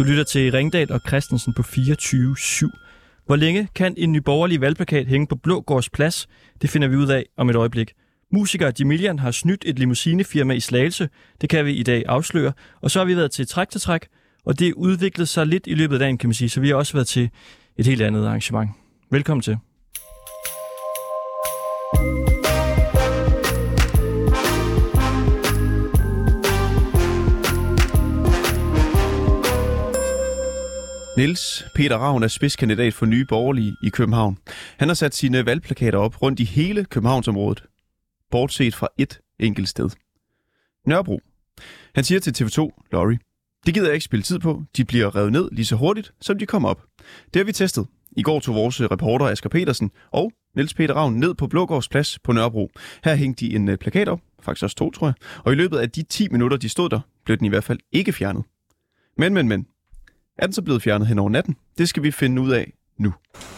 Du lytter til Ringdal og Christensen på 24/7. Hvor længe kan en nyborgerlig valgplakat hænge på Blågårds Plads? Det finder vi ud af om et øjeblik. Musiker Jamilian har snydt et limousinefirma i Slagelse. Det kan vi i dag afsløre. Og så har vi været til Træk til Træk, og det udviklede sig lidt i løbet af dagen, kan man sige. Så vi har også været til et helt andet arrangement. Velkommen til. Niels Peter Ravn er spidskandidat for Nye Borgerlige i København. Han har sat sine valgplakater op rundt i hele Københavnsområdet, bortset fra et enkelt sted. Nørrebro. Han siger til TV2 Lorry: "Det gider jeg ikke spille tid på. De bliver revet ned lige så hurtigt, som de kommer op." Det har vi testet. I går tog vores reporter Asger Petersen og Niels Peter Ravn ned på Blågårds Plads på Nørrebro. Her hængte de en plakat op, faktisk også 2, tror jeg. Og i løbet af de 10 minutter, de stod der, blev den i hvert fald ikke fjernet. Men. Er den så blevet fjernet hen over natten? Det skal vi finde ud af nu.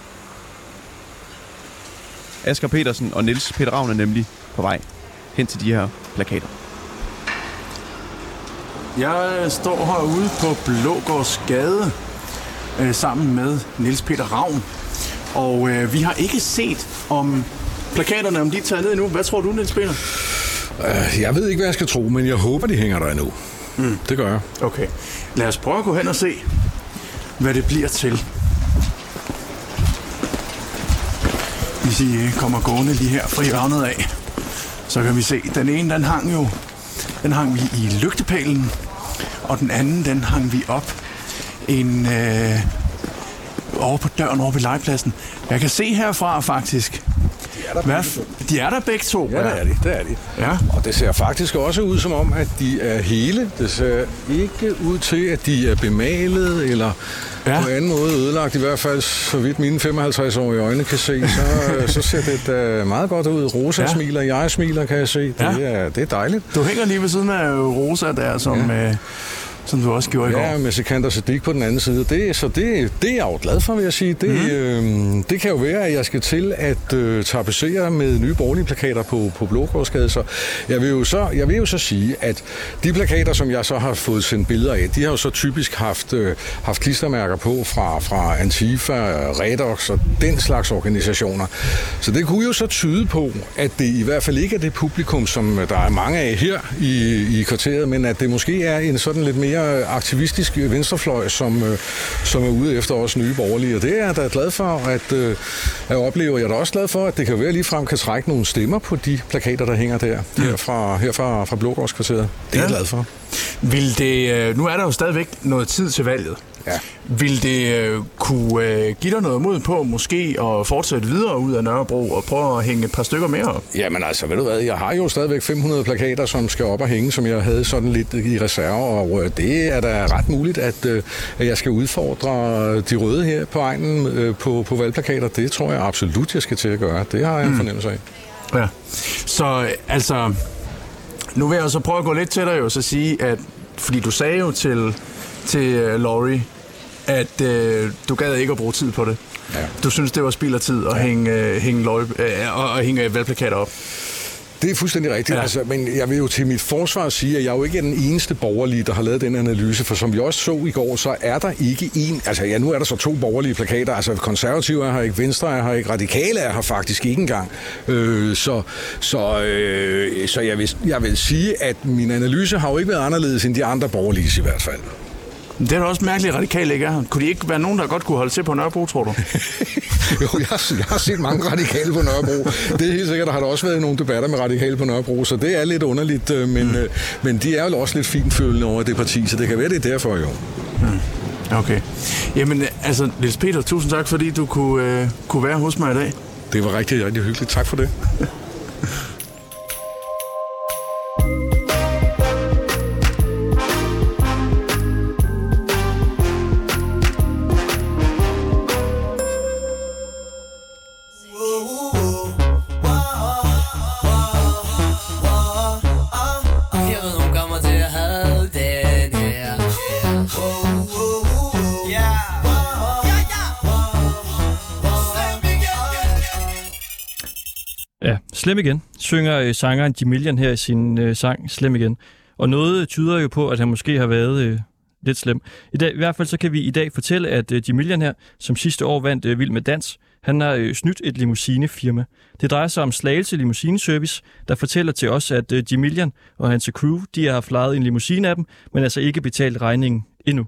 Asger Petersen og Niels Peter Ravn er nemlig på vej hen til de her plakater. Jeg står herude på Blågårds Gade sammen med Niels Peter Ravn. Og vi har ikke set om plakaterne, om de er taget ned endnu. Hvad tror du, Niels Peter? Jeg ved ikke, hvad jeg skal tro, men jeg håber, de hænger der endnu. Det gør jeg. Okay. Lad os prøve at gå hen og se, hvad det bliver til. Hvis I kommer gående lige her fra hjørnet af, så kan vi se, den ene, den hang vi i lygtepælen, og den anden, den hang vi op over på døren over ved legepladsen. Jeg kan se herfra faktisk. De er der begge to. Ja, det er de. Ja. Og det ser faktisk også ud som om, at de er hele. Det ser ikke ud til, at de er bemalet eller på anden måde ødelagt. I hvert fald, så vidt mine 55-årige øjne kan se, så ser det meget godt ud. Rosa smiler, jeg smiler, kan jeg se. Det er dejligt. Du hænger lige ved siden af Rosa der, som du også gjorde i går. Ja, med Sikander Siddiq på den anden side. Det er jeg jo glad for, vil jeg sige. Det kan jo være, at jeg skal til at tapetsere med nye borgerlige plakater på Blågårdsgade. Så jeg vil jo så sige, at de plakater, som jeg så har fået sendt billeder af, de har jo så typisk haft klistermærker på fra Antifa, Redox og den slags organisationer. Så det kunne jo så tyde på, at det i hvert fald ikke er det publikum, som der er mange af her i kvarteret, men at det måske er en sådan lidt mere aktivistisk venstrefløj, som er ude efter os Nye Borgerlige. Og det er jeg da glad for at opleve. Jeg er da også glad for, at det kan være ligefrem kan trække nogle stemmer på de plakater, der hænger der, her fra Blågårdskvarteret. Det er jeg glad for. Nu er der jo stadigvæk noget tid til valget. Ja. Vil det kunne give dig noget mod på måske at fortsætte videre ud af Nørrebro og prøve at hænge et par stykker mere op? Jamen altså, ved du hvad, jeg har jo stadigvæk 500 plakater, som skal op og hænge, som jeg havde sådan lidt i reserve, og det er da ret muligt, at jeg skal udfordre de røde her på egnen på valgplakater. Det tror jeg absolut, jeg skal til at gøre. Det har jeg en fornemmelse af. Ja, så altså, nu vil jeg så prøve at gå lidt til dig og så sige, at fordi du sagde jo til Lorry, at du gad ikke at bruge tid på det. Ja. Du synes, det var spild af tid at hænge valgplakater op. Det er fuldstændig rigtigt, men jeg vil jo til mit forsvar sige, at jeg jo ikke er den eneste borgerlige, der har lavet den analyse, for som vi også så i går, så er der ikke nu er der så 2 borgerlige plakater, altså konservative er her ikke, venstre er her ikke, radikale er her faktisk ikke engang. Så jeg vil sige, at min analyse har jo ikke været anderledes end de andre borgerlige i hvert fald. Det er da også mærkeligt, at radikale ikke er her. Kunne de ikke være nogen, der godt kunne holde til på Nørrebro, tror du? Jo, jeg har set mange radikale på Nørrebro. Det er helt sikkert, der har der også været nogle debatter med radikale på Nørrebro, så det er lidt underligt, men de er jo også lidt finfølende over det parti, så det kan være, det er derfor jo. Okay. Jamen, altså, Niels Peter, tusind tak, fordi du kunne være hos mig i dag. Det var rigtig, rigtig hyggeligt. Tak for det. Slem igen, synger sangeren Jamilian her i sin sang Slem igen. Og noget tyder jo på, at han måske har været lidt slem. I hvert fald så kan vi i dag fortælle, at Jamilian her, som sidste år vandt Vild med Dans, han har snydt et limousinefirma. Det drejer sig om Slagelse Limousineservice, der fortæller til os, at Jamilian og hans crew, de har flyet en limousine af dem, men altså ikke betalt regningen endnu.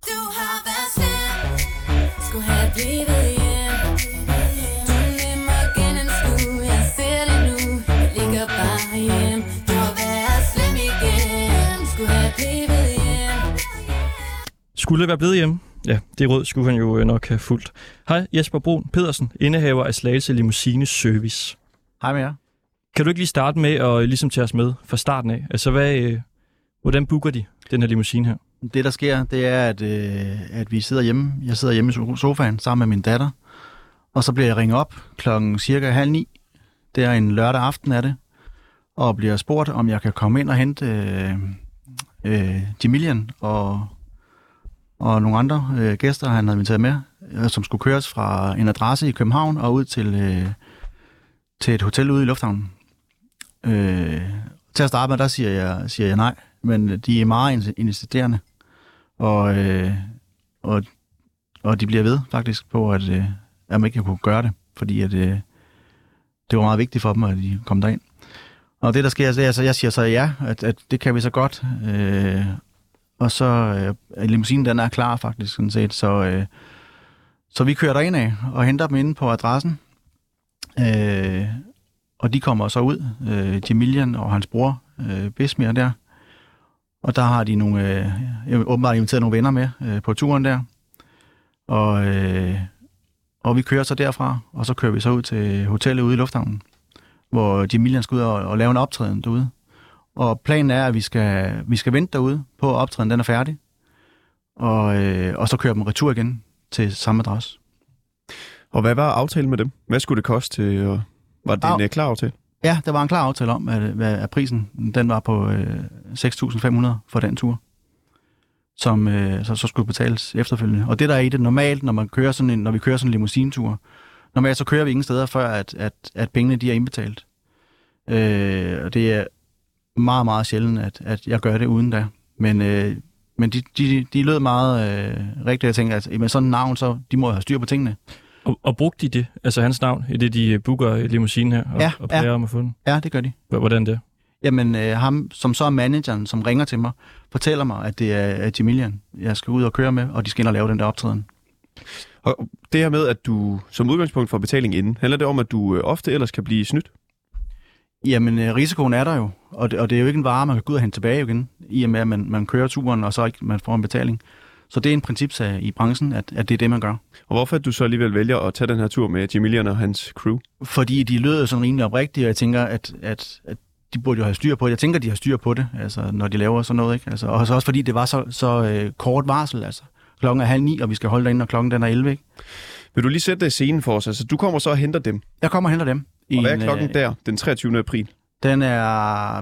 Skulle være blevet hjemme? Ja, det råd skulle han jo nok have fulgt. Hej, Jesper Brun Pedersen, indehaver af Slagelse Limousine Service. Hej med jer. Kan du ikke lige starte med at ligesom tage os med fra starten af? Altså, hvordan booker de den her limousine her? Det, der sker, det er, at vi sidder hjemme. Jeg sidder hjemme i sofaen sammen med min datter. Og så bliver jeg ringet op klokken cirka 8:30. Det er en lørdag aften af det. Og bliver spurgt, om jeg kan komme ind og hente Jamilian og nogle andre gæster, han havde inviteret med, som skulle køres fra en adresse i København og ud til et hotel ude i lufthavnen. Til at starte med, der siger jeg nej, men de er meget insisterende, og de bliver ved faktisk på, at man ikke kunne gøre det, fordi at, det var meget vigtigt for dem, at de kom derind. Og det, der sker, det er, så jeg siger så ja, at det kan vi så godt. Og så limousinen, den er klar faktisk, sådan set. Så vi kører derind af og henter dem inde på adressen. Og de kommer så ud, Jamilian og hans bror, Besmir der. Og der har de åbenbart inviteret nogle venner med på turen der. Og vi kører så derfra, og så kører vi så ud til hotellet ude i lufthavnen, hvor Jamilian skal ud og lave en optræden derude. Og planen er, at vi skal vente derude på, at optræden den er færdig. Og så kører dem retur igen til samme adresse. Og hvad var aftalen med dem? Hvad skulle det koste? Var det en klar aftale? Ja, der var en klar aftale om, at prisen den var på 6.500 for den tur, som så skulle betales efterfølgende. Og det der er i det normalt, når vi kører sådan en limousinetur, normalt så kører vi ingen steder, før at pengene de er indbetalt. Og det er meget, meget sjældent, at jeg gør det uden da. Men de lød meget rigtigt. Jeg tænker, at med sådan en navn, så de må have styr på tingene. Og brugte de det, altså hans navn, i det de booker limousinen her, og præger om at få den? Ja, det gør de. Hvordan det? Jamen, ham, som så er manageren, som ringer til mig, fortæller mig, at det er Jamilian, jeg skal ud og køre med, og de skal ind og lave den der optræden. Og det her med, at du som udgangspunkt får betaling inden, handler det om, at du ofte ellers kan blive snydt? Jamen, risikoen er der jo, og det er jo ikke en vare, man kan gå ud og hente tilbage igen, i og med, at man kører turen, og så ikke man får en betaling. Så det er en principsag i branchen, at det er det, man gør. Og hvorfor at du så alligevel vælger at tage den her tur med Jamilian og hans crew? Fordi de lød sådan rimelig oprigtige, og jeg tænker, at de burde jo have styr på det. Jeg tænker, de har styr på det, altså, når de laver sådan noget, ikke? Altså, og så også fordi det var så kort varsel, altså. Klokken er 8:30, og vi skal holde derinde, og klokken den er 11, ikke? Vil du lige sætte scenen for os? Altså, du kommer så og henter dem? Jeg kommer og henter dem. Og hvad er klokken der, den 23. april? Den er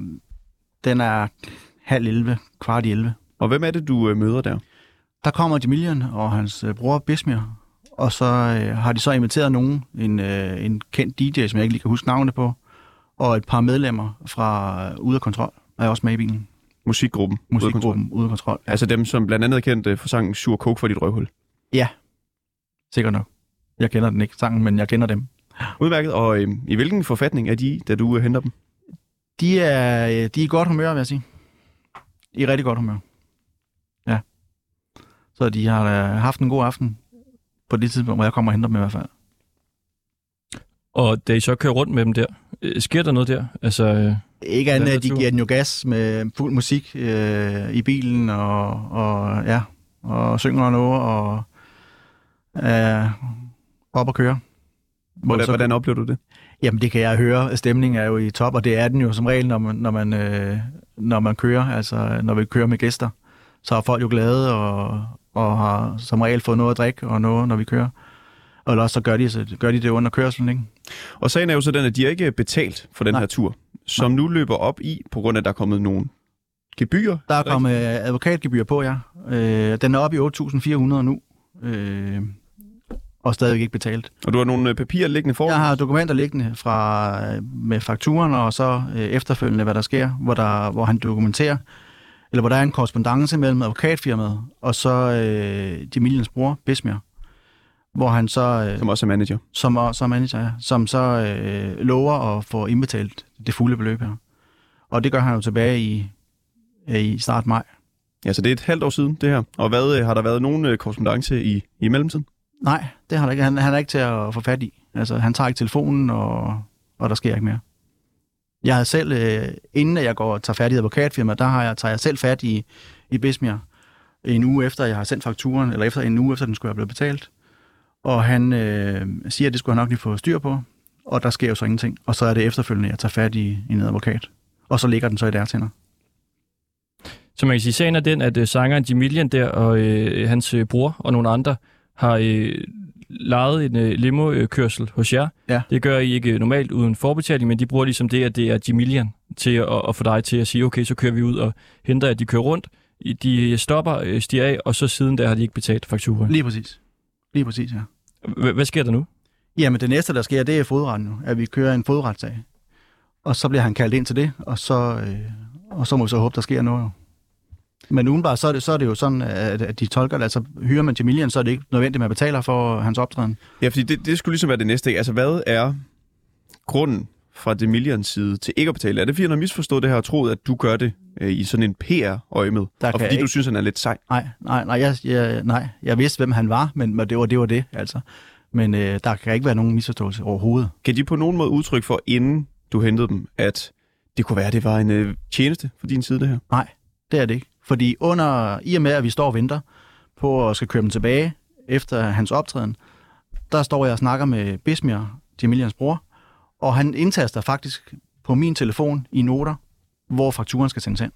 10:30, 10:15. Og hvem er det, du møder der? Der kommer Jamilian og hans bror Besmir, og så har de så inviteret nogen, en kendt DJ, som jeg ikke lige kan huske navnet på, og et par medlemmer fra Ude af Kontrol, er også med i bilen. Musikgruppen Ude af Kontrol. Ja. Altså dem, som blandt andet er kendt for sangen Sur Coke for dit røvhul. Ja, sikkert nok. Jeg kender den ikke, sangen, men jeg kender dem. Udmærket. Og i hvilken forfatning er de, da du henter dem? De er i godt humør, vil jeg sige. I rigtig godt humør. Ja. Så de har haft en god aften på det tidspunkt, hvor jeg kommer og henter dem i hvert fald. Og da I så kører rundt med dem der, sker der noget der? Altså, ikke andet, at de giver den jo gas med fuld musik i bilen, og synger noget, og op og køre. Hvordan oplever du det? Jamen, det kan jeg høre. Stemningen er jo i top, og det er den jo som regel, når man kører, altså når vi kører med gæster. Så er folk jo glade, og har som regel fået noget at drikke, og noget, når vi kører. Og også så gør de det under kørslen, ikke? Og sagen er jo sådan, at de har ikke betalt for den her tur, som nu løber op i, på grund af, at der er kommet nogle gebyrer. Der er kommet advokatgebyr på, ja. Den er oppe i 8.400 nu, og stadig ikke betalt. Og du har nogle papirer liggende foran? Jeg har dokumenter liggende med fakturen, og så efterfølgende, hvad der sker, hvor han dokumenterer, eller hvor der er en korrespondance mellem advokatfirmaet og så Jamilians bror, Besmir, hvor han så... som også er manager. Som manager, ja. Som så lover at få indbetalt det fulde beløb her. Og det gør han jo tilbage i start maj. Ja, så det er et halvt år siden, det her. Og hvad har der været nogen korrespondance i mellemtiden? Nej, det har der ikke. Han er ikke til at få fat i. Altså, han tager ikke telefonen, og der sker ikke mere. Jeg havde selv, inden jeg går og tager fat i advokatfirmaet, tager jeg selv fat i Besmir en uge efter, jeg har sendt fakturen, eller efter en uge efter, den skulle have blevet betalt. Og han siger, at det skulle han nok lige få styr på, og der sker jo så ingenting. Og så er det efterfølgende, jeg tager fat i en advokat. Og så ligger den så i deres hænder. Så man kan sige, sagen er den, at sangeren Jamilian der og hans bror og nogle andre har lejet en limo-kørsel hos jer. Ja. Det gør I ikke normalt uden forbetaling, men de bruger ligesom det, at det er Jamilian til at få dig til at sige, okay, så kører vi ud og henter, at de kører rundt. De stopper, stiger af, og så siden der har de ikke betalt fakturen. Lige præcis, ja. Hvad sker der nu? Jamen det næste, der sker, det er fodretten nu, at vi kører en fodretssag. Og så bliver han kaldt ind til det, og så må vi så håbe, der sker noget. Men udenbart, så er det jo sådan, at de tolker det. Altså, hyrer man Jamilian, så er det ikke nødvendigt, at man betaler for hans optræden. Ja, fordi det skulle ligesom være det næste. Altså, hvad er grunden fra Jamilians side til ikke at betale? Er det fordi, han har misforstået det her og troet, at du gør det i sådan en PR-øje med? Og fordi du synes, han er lidt sej? Nej. Jeg vidste, hvem han var, men det var det, altså. Men der kan ikke være nogen misforståelse overhovedet. Kan de på nogen måde udtrykke for, inden du hentede dem, at det kunne være, at det var en tjeneste for din side, det her? Nej, det er det ikke. Fordi i og med, at vi står og venter på at skal køre dem tilbage efter hans optræden, der står jeg og snakker med Besmir, Jamilians bror, og han indtaster faktisk på min telefon i noter, hvor fakturen skal sendes hen.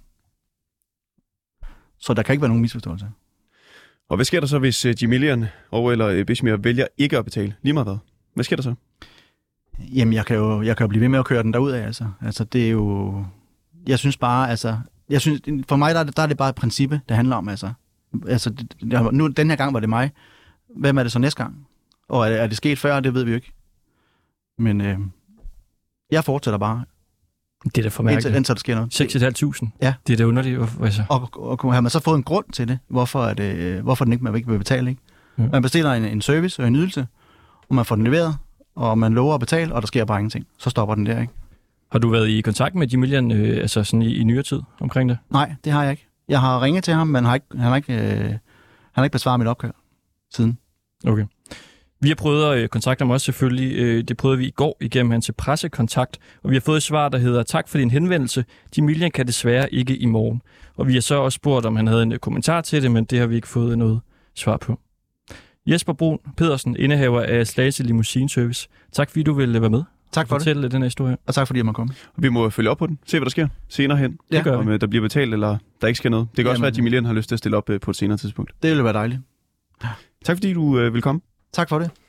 Så der kan ikke være nogen misforståelse. Og hvad sker der så, hvis Jamilian eller Besmir vælger ikke at betale? Lige meget hvad? Hvad sker der så? Jamen, jeg kan jo blive ved med at køre den derud af, altså. Altså, det er jo... Jeg synes bare, altså... for mig, der er det bare princippet, det handler om, altså. Nu, den her gang var det mig. Hvem er det så næste gang? Og er det sket før? Det ved vi jo ikke. Men jeg fortsætter bare. Det er da for mærkeligt. Indtil der sker noget. 6.500? Ja. Det er da underligt. Altså. Og har man så fået en grund til det? Hvorfor man ikke vil betale, ikke? Ja. Man bestiller en service og en ydelse, og man får den leveret, og man lover at betale, og der sker bare ingenting. Så stopper den der, ikke? Har du været i kontakt med Jamilian altså sådan i nyere tid omkring det? Nej, det har jeg ikke. Jeg har ringet til ham, men han har ikke besvaret mit opkald siden. Okay. Vi har prøvet at kontakte ham også selvfølgelig. Det prøvede vi i går igennem hans pressekontakt, og vi har fået et svar, der hedder: tak for din henvendelse. Jamilian kan desværre ikke i morgen. Og vi har så også spurgt, om han havde en kommentar til det, men det har vi ikke fået noget svar på. Jesper Brun Pedersen, indehaver af Slagelse Limousine Service. Tak fordi du ville være med. Tak for Fortælle den her historie. Og tak fordi jeg måtte komme. Vi må følge op på den. Se, hvad der sker senere hen. Ja. Det gør om der bliver betalt, eller der ikke sker noget. Det kan også være, at Jamilian har lyst til at stille op på et senere tidspunkt. Det ville være dejligt. Tak fordi du vil komme. Tak for det.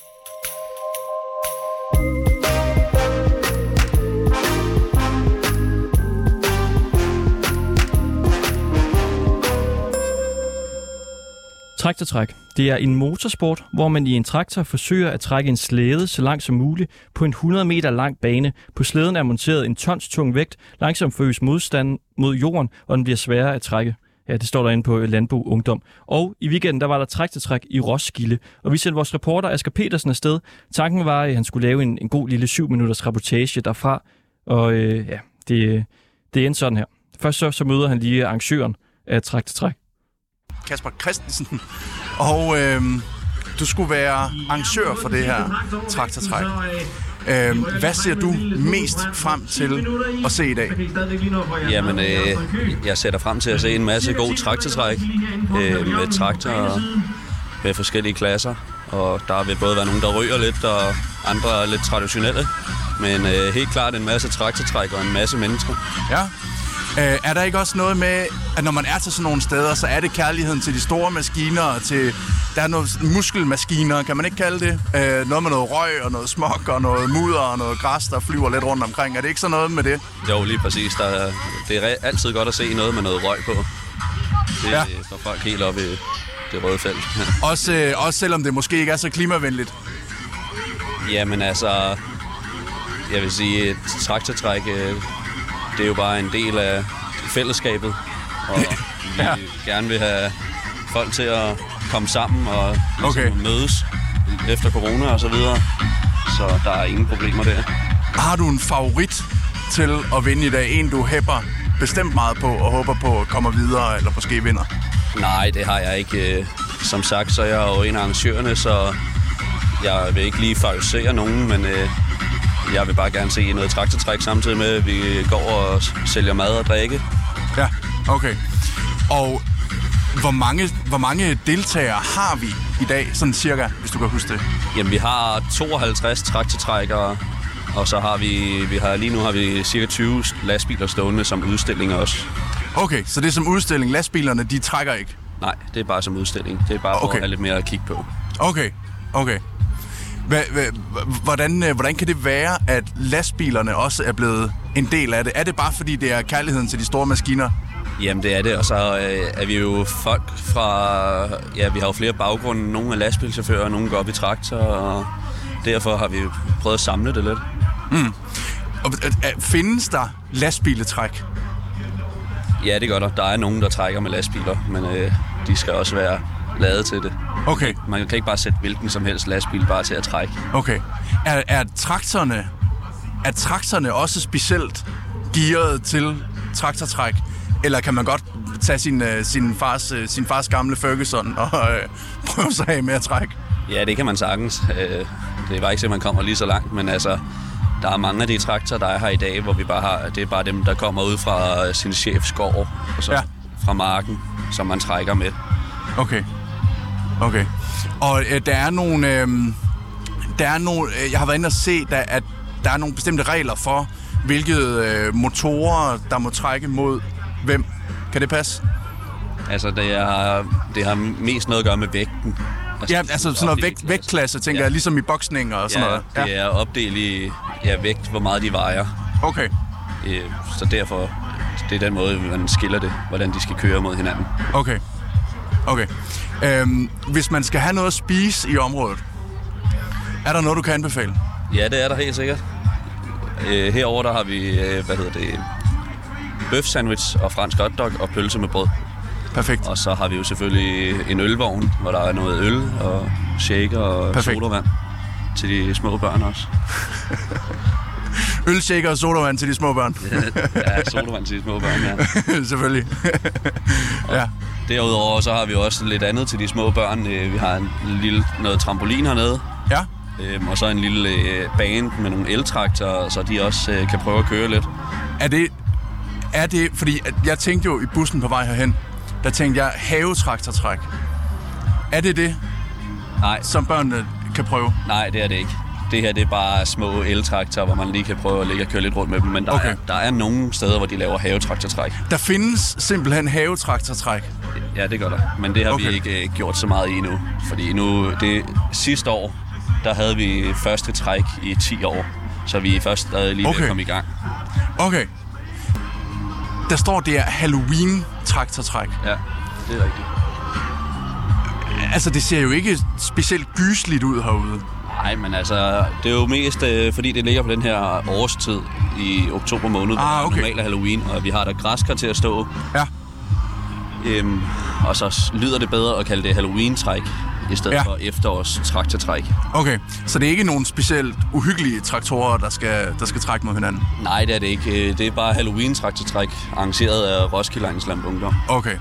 Traktortræk. Det er en motorsport, hvor man i en traktor forsøger at trække en slæde så langt som muligt på en 100 meter lang bane. På slæden er monteret en tons tung vægt, langsomt forøges modstanden mod jorden, og den bliver sværere at trække. Ja, det står derinde på Landbrug Ungdom. Og i weekenden, der var der traktortræk i Roskilde, og vi sendte vores reporter Asger Petersen afsted. Tanken var, at han skulle lave en god lille 7-minutters reportage derfra, og det endte sådan her. Først så møder han lige arrangøren af traktortræk. Kasper Christensen, og du skulle være arrangør for det her traktortræk. Hvad ser du mest frem til at se i dag? Jamen, jeg sætter frem til at se en masse god traktortræk med traktorer med forskellige klasser. Og der vil både være nogen, der ryger lidt, og andre er lidt traditionelle. Men helt klart en masse traktortræk og en masse mennesker. Ja. Er der ikke også noget med, at når man er til sådan nogle steder, så er det kærligheden til de store maskiner, der er noget muskelmaskiner, kan man ikke kalde det? Noget med noget røg og noget smog og noget mudder og noget græs, der flyver lidt rundt omkring. Er det ikke sådan noget med det? Jo, lige præcis. Det er altid godt at se noget med noget røg på. Det får folk helt op i det røde felt. Også selvom det måske ikke er så klimavenligt? Jamen altså, jeg vil sige, et traktortræk... Det er jo bare en del af fællesskabet, og vi gerne vil have folk til at komme sammen og ligesom mødes efter corona og så videre. Så der er ingen problemer der. Har du en favorit til at vinde i dag? En, du hæpper bestemt meget på og håber på at komme videre eller måske vinder? Nej, det har jeg ikke. Som sagt, så er jeg jo en af arrangørerne, så jeg vil ikke lige favorisere nogen, men jeg vil bare gerne se noget traktortræk samtidig med, at vi går og sælger mad og drikke. Ja, okay. Og hvor mange deltagere har vi i dag, sådan cirka, hvis du kan huske det? Jamen, vi har 52 traktortrækkere, og så har lige nu har vi cirka 20 lastbiler stående som udstilling også. Okay, så det er som udstilling. Lastbilerne, de trækker ikke? Nej, det er bare som udstilling. Det er bare for at have lidt mere at kigge på. Okay. Hvordan kan det være, at lastbilerne også er blevet en del af det? Er det bare fordi, det er kærligheden til de store maskiner? Jamen, det er det, og så er vi jo folk fra... Ja, vi har jo flere baggrunde. Nogle er lastbilchauffører, nogle går op i traktor, og derfor har vi prøvet at samle det lidt. Og findes der lastbiletræk? Ja, det gør der. Der er nogen, der trækker med lastbiler, men de skal også være lavet til det. Okay. Man kan ikke bare sætte hvilken som helst lastbil bare til at trække. Okay. Er traktorerne også specielt gearet til traktortræk? Eller kan man godt tage sin fars gamle Ferguson og prøve sig af med at trække? Ja, det kan man sagtens. Det er bare ikke så, man kommer lige så langt, men altså, der er mange af de traktorer, der er her i dag, hvor vi bare har, det er bare dem, der kommer ud fra sin chefs gård, og så fra marken, som man trækker med. Okay. Og der er nogle, jeg har været inde og se, at der er nogle bestemte regler for, hvilke motorer, der må trække mod hvem. Kan det passe? Altså, det har mest noget at gøre med vægten. Altså sådan noget vægtklasse, tænker jeg, ligesom i boksning og sådan noget. Ja, det er opdelt i vægt, hvor meget de vejer. Okay. Så derfor, det er den måde, man skiller det, hvordan de skal køre mod hinanden. Okay. Hvis man skal have noget at spise i området, er der noget, du kan anbefale? Ja, det er der helt sikkert. Herover der har vi, bøf sandwich og fransk hotdog og pølse med brød. Perfekt. Og så har vi jo selvfølgelig en ølvogn, hvor der er noget øl og shaker og sodavand til de små børn også. Øl, shaker og sodavand til de små børn? Ja, sodavand til de små børn, ja. Selvfølgelig. Ja. Derudover så har vi også lidt andet til de små børn. Vi har noget trampolin hernede. Ja. Og så en lille bane med nogle eltraktorer, så de også kan prøve at køre lidt. Er det, fordi jeg tænkte jo i bussen på vej herhen, der tænkte jeg havetraktortræk. Er det, nej, som børnene kan prøve? Nej, det er det ikke. Det her, det er bare små eltraktorer, hvor man lige kan prøve at ligge og køre lidt rundt med dem. Men der er nogle steder, hvor de laver havetraktortræk. Der findes simpelthen havetraktortræk? Ja, det gør der. Men det har vi ikke gjort så meget i endnu. Fordi sidste år, der havde vi første træk i 10 år. Så vi er først stadig lige ved at komme i gang. Okay. Der står der Halloween-traktortræk. Ja, det er rigtigt. Altså, det ser jo ikke specielt gysligt ud herude. Nej, men altså, det er jo mest, fordi det ligger på den her årstid i oktober måned, hvor det normalt er Halloween, og vi har der græskar til at stå. Ja. Og så lyder det bedre at kalde det Halloween-træk, i stedet for efterårs traktortræk. Okay, så det er ikke nogen specielt uhyggelige traktorer, der skal trække mod hinanden? Nej, det er det ikke. Det er bare Halloween-traktortræk, arrangeret af Roskilde Ejendomsland Ungdom. Okay.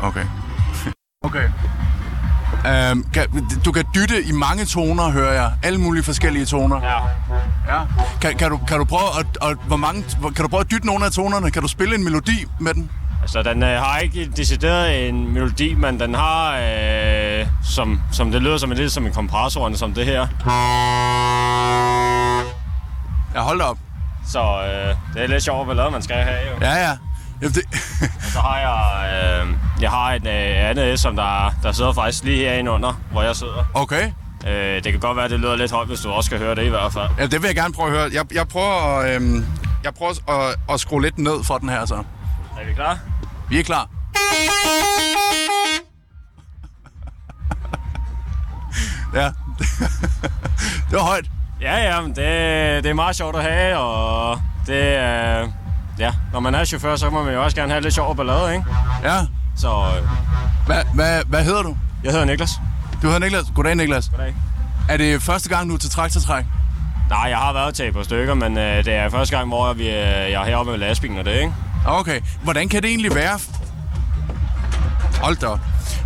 Du kan dytte i mange toner, hører jeg. Alle mulige forskellige toner. Ja. Kan du prøve kan du prøve at dytte nogle af tonerne? Kan du spille en melodi med den? Altså, den har ikke decideret en melodi, men den har, som det lyder som lidt som en kompressor, som det her. Ja, hold da op. Så det er lidt sjovt, hvad man skal have, jo. Ja. Så har jeg har et andet som der sidder faktisk lige herinde under, hvor jeg sidder. Okay. Det kan godt være, at det lyder lidt højt, hvis du også skal høre det i hvert fald. Ja, det vil jeg gerne prøve at høre. Jeg prøver at skrue lidt ned for den her, så. Er vi klar? Vi er klar. Ja, det var højt. Ja, men det er meget sjovt at have, og det er... Ja, når man er chauffør, så må man jo også gerne have lidt sjov og ballade, ikke? Ja. Så Hvad hedder du? jeg hedder Niklas. Du hedder Niklas. Goddag, Niklas. Goddag. Er det første gang, du er til traktortræk? Nej, jeg har været til et par stykker, men det er første gang, hvor jeg er heroppe med lastbilen og det, ikke? Okay. Hvordan kan det egentlig være? Hold da op.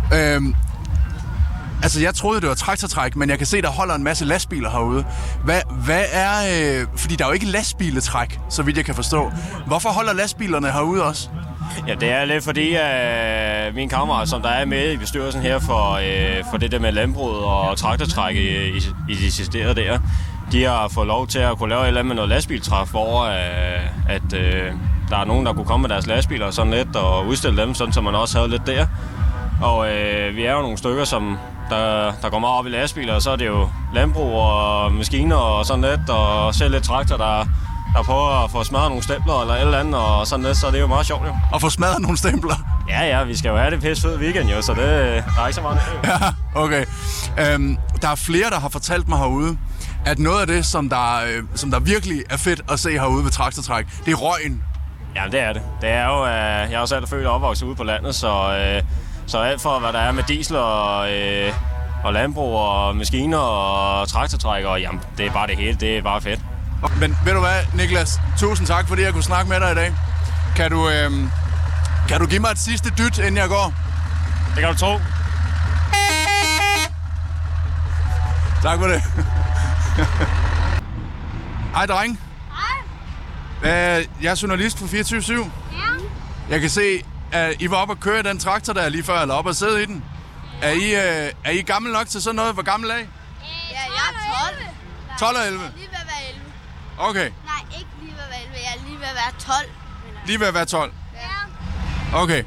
Altså, jeg troede, det var traktortræk, men jeg kan se, der holder en masse lastbiler herude. Hvad er... fordi der er jo ikke lastbiletræk, så vidt jeg kan forstå. Hvorfor holder lastbilerne herude også? Ja, det er lidt fordi, min kammerat, som der er med i bestyrelsen her for det der med landbruget og traktortræk i de sidste der, de har fået lov til at kunne lave et eller andet med noget lastbiltræf, hvor at der er nogen, der kunne komme med deres lastbiler og sådan lidt, og udstille dem, sådan så man også havde lidt der. Og vi er jo nogle stykker, som der går meget op i lastbiler, og så er det jo landbrug og maskiner og sådan lidt, og selv lidt traktor, der prøver at få smadret nogle stempler eller et eller andet, og sådan lidt, så det er jo meget sjovt jo. Og få smadret nogle stempler? Ja, vi skal jo have det pisse fed weekend jo, så der er ikke så meget. Ja, okay. Der er flere, der har fortalt mig herude, at noget af det, som der virkelig er fedt at se herude ved traktortræk, det er røgen. Jamen, det er det. Det er jo, jeg er jo selv født og opvokset ude på landet, så alt for, hvad der er med diesel og landbrug og maskiner og traktortrækker, jamen, det er bare det hele. Det er bare fedt. Men ved du hvad, Niklas? Tusind tak, fordi jeg kunne snakke med dig i dag. Kan du give mig et sidste dyt, inden jeg går? Det kan du tro. Tak for det. Hej, dreng. Hej. Jeg er journalist på 24/7. Ja. Jeg kan se, at I var oppe at køre den traktor der lige før, eller oppe at sidde i den. Er I gammel nok til sådan noget? Hvor gammel er I? Ja, jeg er 12. 12 og 11? Jeg er lige ved at være 11. Okay. Nej, ikke lige ved at være 11. Jeg er lige ved at være 12. Lige ved at være 12? Ja. Okay.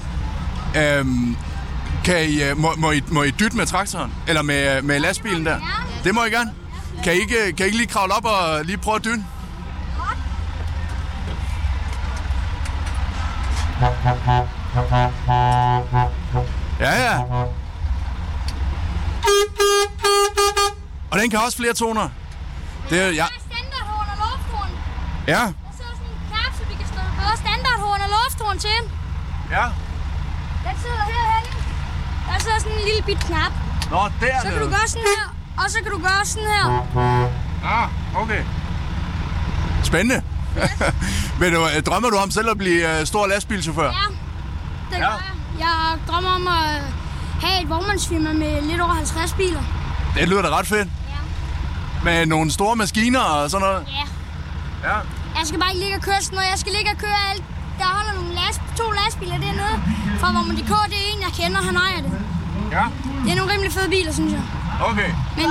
Må I dytte med traktoren? Eller med lastbilen der? Ja. Det må I gerne. Kan I ikke lige kravle op og lige prøve at dytte? Ja. Og den kan også flere toner. Det er ja. Standardhorn og lufthorn. Ja. Der sidder sådan en knap, så vi kan stå både standardhorn og lufthorn til. Ja. Den sidder herhenne. Der sidder sådan en lille bit knap. Nå, der. Så kan du gøre sådan her, og så kan du gøre sådan her. Okay. Spændende. Men drømmer du om selv at blive stor lastbilchauffør? Ja, det gør jeg. Jeg drømmer om at have et vognmandsfirma med lidt over 50 biler. Det lyder da ret fedt. Ja. Med nogle store maskiner og sådan noget? Ja. Jeg skal bare ikke ligge og køre sådan noget. Jeg skal ligge og køre alt. Der holder nogle to lastbiler dernede fra Vormund.dk. Det er en, jeg kender. Han ejer det. Ja. Det er nogle rimelig fede biler, synes jeg. Okay. Men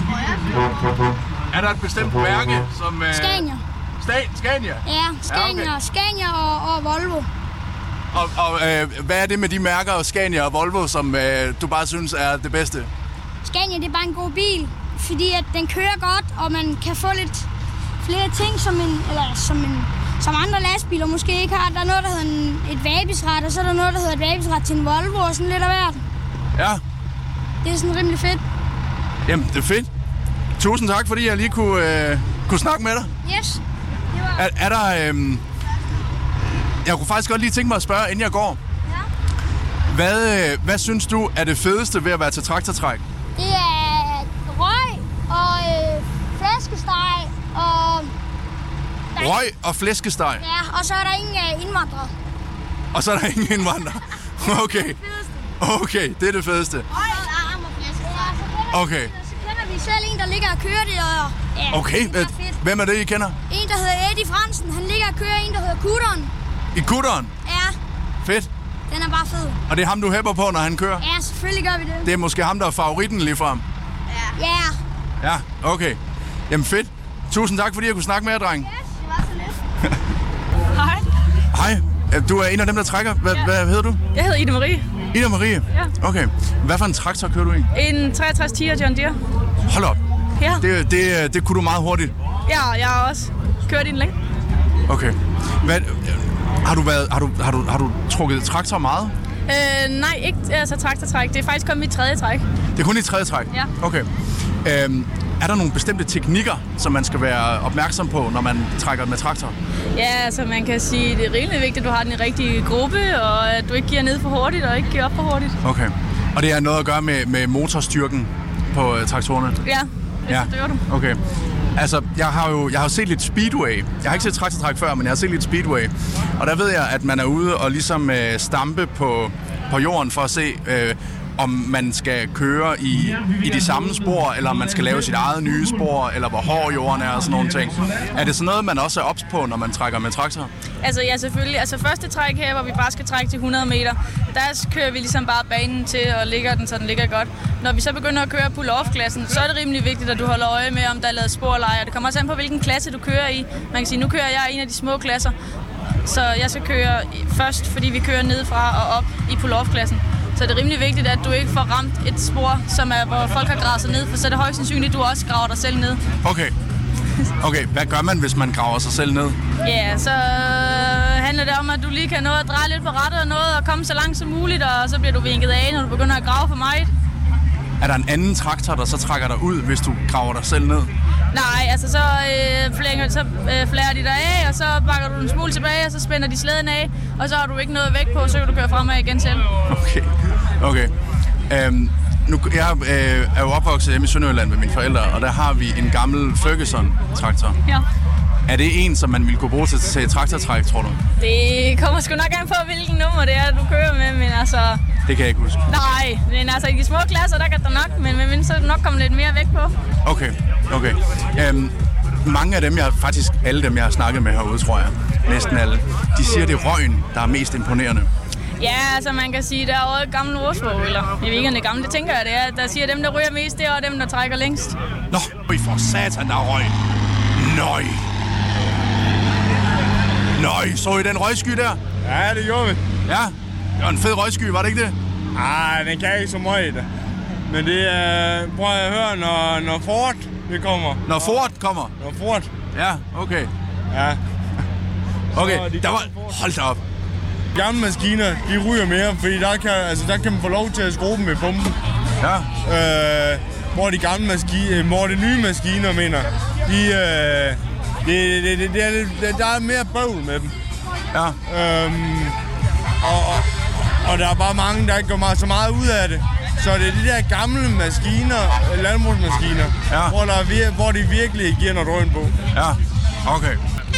er der et bestemt mærke, som... Scania. Scania? Ja, Scania. Ja, okay. Scania og Volvo. Og hvad er det med de mærker, Scania og Volvo, som du bare synes er det bedste? Scania, det er bare en god bil, fordi at den kører godt, og man kan få lidt flere ting, som andre lastbiler måske ikke har. Der er noget, der hedder et vabisret, og så er der noget, der hedder et vabisret til en Volvo, og sådan lidt af hvert. Ja. Det er sådan rimelig fedt. Jamen, det er fedt. Tusind tak, fordi jeg lige kunne snakke med dig. Yes. Er der... Jeg kunne faktisk godt lige tænke mig at spørge, inden jeg går. Ja. Hvad synes du er det fedeste ved at være til traktortræk? Det er røg og flæskesteg og... Røg og flæskesteg? Ja, og så er der ingen indvandrere. Og så er der ingen indvandrere? Okay. Okay, det er det fedeste. Røg, larm og flæskesteg. Okay. Så kender vi selv en, der ligger og kører det, og... Ja, okay, det hvem er det, I kender? En, der hedder Eddie Fransen. Han ligger og kører en, der hedder Kutteren. I Kutteren? Ja. Fedt. Den er bare fed. Og det er ham, du hæpper på, når han kører? Ja, selvfølgelig gør vi det. Det er måske ham, der er favoritten lige frem? Ja. Ja, okay. Jamen fedt. Tusind tak, fordi jeg kunne snakke med jer, dreng. Yes, det var så lidt. Hej. Hej. Du er en af dem, der trækker. Hvad hedder du? Jeg hedder Ida Marie. Ida Marie? Ja. Okay. Hvad for en traktor kører du i? En 6310 John Deere. Hold op. Ja. Det kunne du meget hurtigt. Ja, jeg har også kørt i den længe. Okay. Har du trukket traktor meget? Nej, ikke altså traktortræk. Det er faktisk kun mit tredje træk. Det er kun dit tredje træk? Ja. Okay. Er der nogle bestemte teknikker, som man skal være opmærksom på, når man trækker med traktor? Ja, altså man kan sige, at det er rimelig vigtigt, at du har den rigtige gruppe, og at du ikke giver ned for hurtigt og ikke giver op for hurtigt. Okay. Og det har noget at gøre med motorstyrken på traktorerne? Ja, det gør du. Okay. Altså, jeg har set lidt speedway. Jeg har ikke set traktortræk før, men jeg har set lidt speedway. Og der ved jeg, at man er ude og ligesom stampe på jorden for at se, om man skal køre i de samme spor, eller om man skal lave sit eget nye spor, eller hvor hård jorden er og sådan nogle ting. Er det sådan noget, man også er ops på, når man trækker med traktor? Altså ja, selvfølgelig. Altså første træk her, hvor vi bare skal trække til 100 meter, der kører vi ligesom bare banen til og lægger den, så den ligger godt. Når vi så begynder at køre pull-off-klassen, så er det rimelig vigtigt, at du holder øje med, om der er lavet sporleje. Det kommer også an på, hvilken klasse du kører i. Man kan sige, nu kører jeg en af de små klasser, så jeg skal køre først, fordi vi kører nedefra og op i pull-off-klassen. Så det er rimelig vigtigt, at du ikke får ramt et spor, som er, hvor folk har gravet sig ned, for så er det højst sandsynligt, at du også graver dig selv ned. Okay, hvad gør man, hvis man graver sig selv ned? Ja, så handler det om, at du lige kan nå at dreje lidt på rattet og noget og komme så langt som muligt, og så bliver du vinket af, når du begynder at grave for meget. Er der en anden traktor, der så trækker dig ud, hvis du graver dig selv ned? Nej, altså så flærer de dig af, og så bakker du en smule tilbage, og så spænder de slæden af, og så har du ikke noget vægt på, så kan du køre fremad igen selv. Okay. Jeg er jo opvokset hjemme i Sønderjylland med mine forældre, og der har vi en gammel Ferguson-traktor. Ja. Er det en, som man ville kunne bruge til traktortræk, tror du? Det kommer sgu nok an på, hvilken nummer det er, du kører med, men altså... Det kan jeg ikke huske. Nej, men altså i de små klasser, der kan der nok, men så nok komme lidt mere vægt på. Okay. Mange af dem, alle dem, jeg har snakket med herude, tror jeg, næsten alle, de siger, det er røgen, der er mest imponerende. Ja, altså man kan sige, der er også et gammelt ordsprog, eller jeg ved ikke, om det gamle, det tænker jeg, det er, der siger, at dem, der ryger mest, det er dem, der trækker længst. Nå, for satan, der er røg. Nøj, så I den røgsky der? Ja, det gjorde vi. Ja, det var en fed røgsky, var det ikke det? Nej, den kan ikke så meget. Men det prøv at høre, når Ford det kommer. Når Ford kommer? Når Ford. Ja, okay. Ja. Okay, der var... Hold da op. Gamle maskiner, de ryger mere, fordi der kan man få lov til at skrue dem med pumpen. Ja. Hvor de gamle maskiner, hvor de nye maskiner, mener, der er mere bøvl med dem. Ja. Og der er bare mange, der ikke gør så meget ud af det. Så det er de der gamle maskiner, landbrugsmaskiner, hvor de virkelig giver noget drøn på. Ja, okay.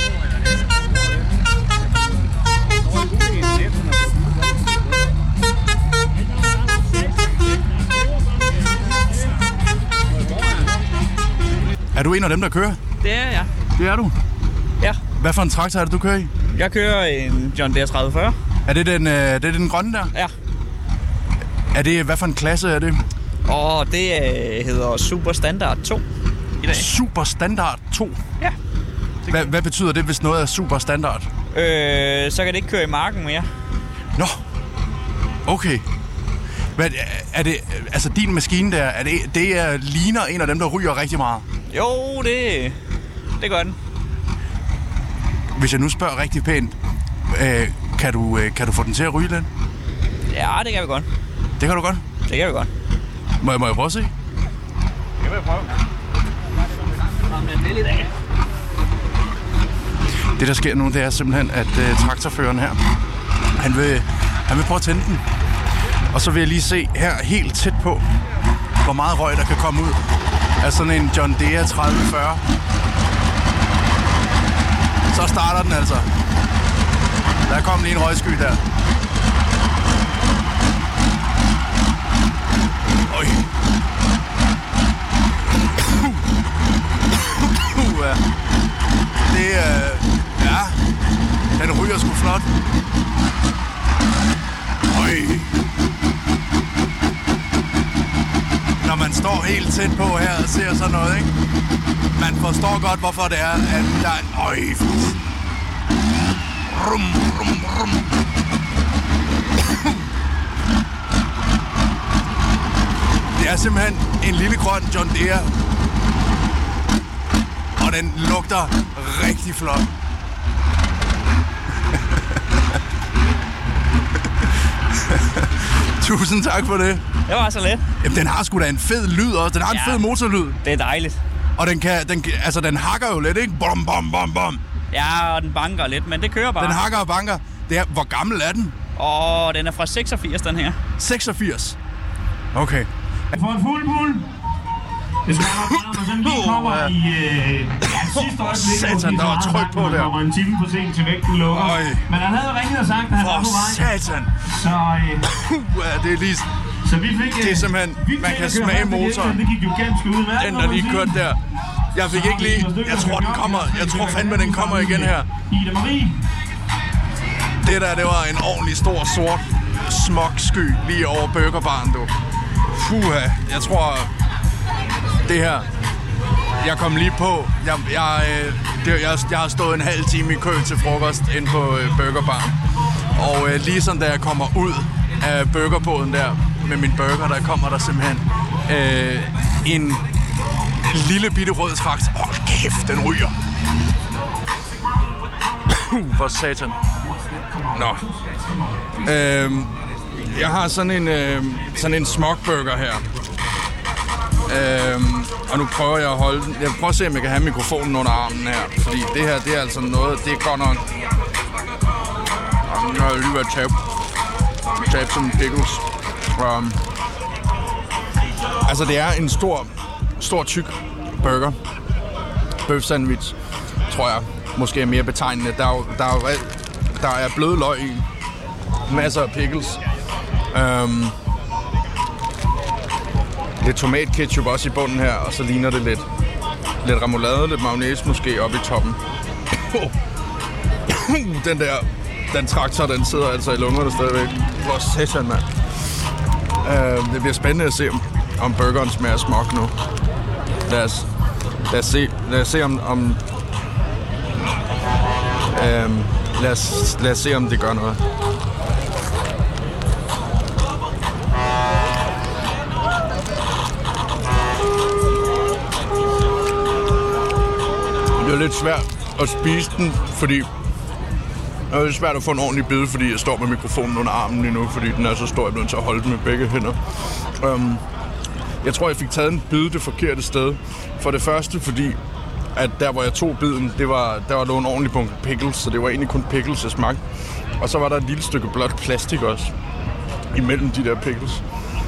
Er du en af dem, der kører? Det er jeg. Det er du? Ja. Hvad for en traktor er det, du kører i? Jeg kører en John Deere 3040. Er det den grønne der? Ja. Hvad for en klasse er det? Det hedder Super Standard 2 i dag. Super Standard 2? Ja. Hvad betyder det, hvis noget er super standard? Så kan det ikke køre i marken mere. Nå, okay. Hvad, er det, altså din maskine der, det ligner en af dem, der ryger rigtig meget? Jo, det gør den. Hvis jeg nu spørger rigtig pænt, kan du få den til at ryge lidt? Ja, det kan vi godt. Det kan du godt? Det kan vi godt. Må jeg prøve at se? Det vil jeg prøve. Det, der sker nu, det er simpelthen, at traktorføreren her, han vil prøve at tænde den. Og så vil jeg lige se her helt tæt på, hvor meget røg, der kan komme ud af sådan en John Deere 3040. Så starter den altså. Der kom lige en røgsky der. Øj. Det ja, den ryger sgu flot. Øj. Når man står helt tæt på her og ser sådan noget, ikke? Man forstår godt, hvorfor det er, at der er en... Øj. Rum, rum, rum. Det er simpelthen en lille grøn John Deere. Og den lugter rigtig flot. Tusind tak for det. Det var så let. Jamen, den har sgu da en fed lyd også. Den har en fed motorlyd. Det er dejligt. Og den hakker jo lidt, ikke? Bom, bom, bom, bom. Ja, og den banker lidt, men det kører bare. Den hakker og banker. Hvor gammel er den? Den er fra 86, den her. 86? Okay. For en fuld bull. Det skal man sådan lige kommer i sidste øjeblik. Satan, der var tryk på der. Kommer en time for sent til vægten lukker. Men han havde ringet og sagt, at han var på vej. Satan. Så det er lige... Så vi fik... Det er simpelthen... Man kan smage motoren. Det gik jo ganske udmærket. Den, der lige kørte der. Jeg fik ikke lige... Jeg tror, den kommer... Jeg tror fandme, den kommer igen her. Ida Marie. Det der, det var en ordentlig stor, sort smogsky lige over burgerbaren, du. Puha. Jeg tror... Det her... Jeg kom lige på... Jeg har stået en halv time i kø til frokost inde på burgerbaren. Og ligesom da jeg kommer ud af burgerbåden der med min burger, der kommer der simpelthen en lille bitte rød trakt. Hold kæft, den ryger. For satan. Nå. Jeg har sådan en smogburger her. Og nu prøver jeg at holde den. Jeg prøver at se, om jeg kan have mikrofonen under armen her. Fordi det her, det er altså noget, det er godt nok... Nu har jeg lige været tabt som pickles. Altså, det er en stor tyk burger. Bøf sandwich, tror jeg. Måske er mere betegnende. Der er blød løg i. Masser af pickles. Lidt tomatketchup også i bunden her, og så ligner det lidt remoulade, lidt mayonnaise måske oppe i toppen. Den traktor, den sidder altså i lungerne stadigvæk. Hvor satan, mand. Det bliver spændende at se, om burgeren smager smok nu. Lad os se, om det gør noget. Det er lidt svært at spise den, fordi det er lidt svært at få en ordentlig bid, fordi jeg står med mikrofonen under armen lige nu, fordi den er så stor, jeg bliver nødt til at holde den med begge hænder. Jeg tror, jeg fik taget en bid det forkerte sted. For det første, fordi at der, hvor jeg tog biden, der var en ordentlig bunke pickles, så det var egentlig kun pickles, jeg smagte. Og så var der et lille stykke blåt plastik også, imellem de der pickles.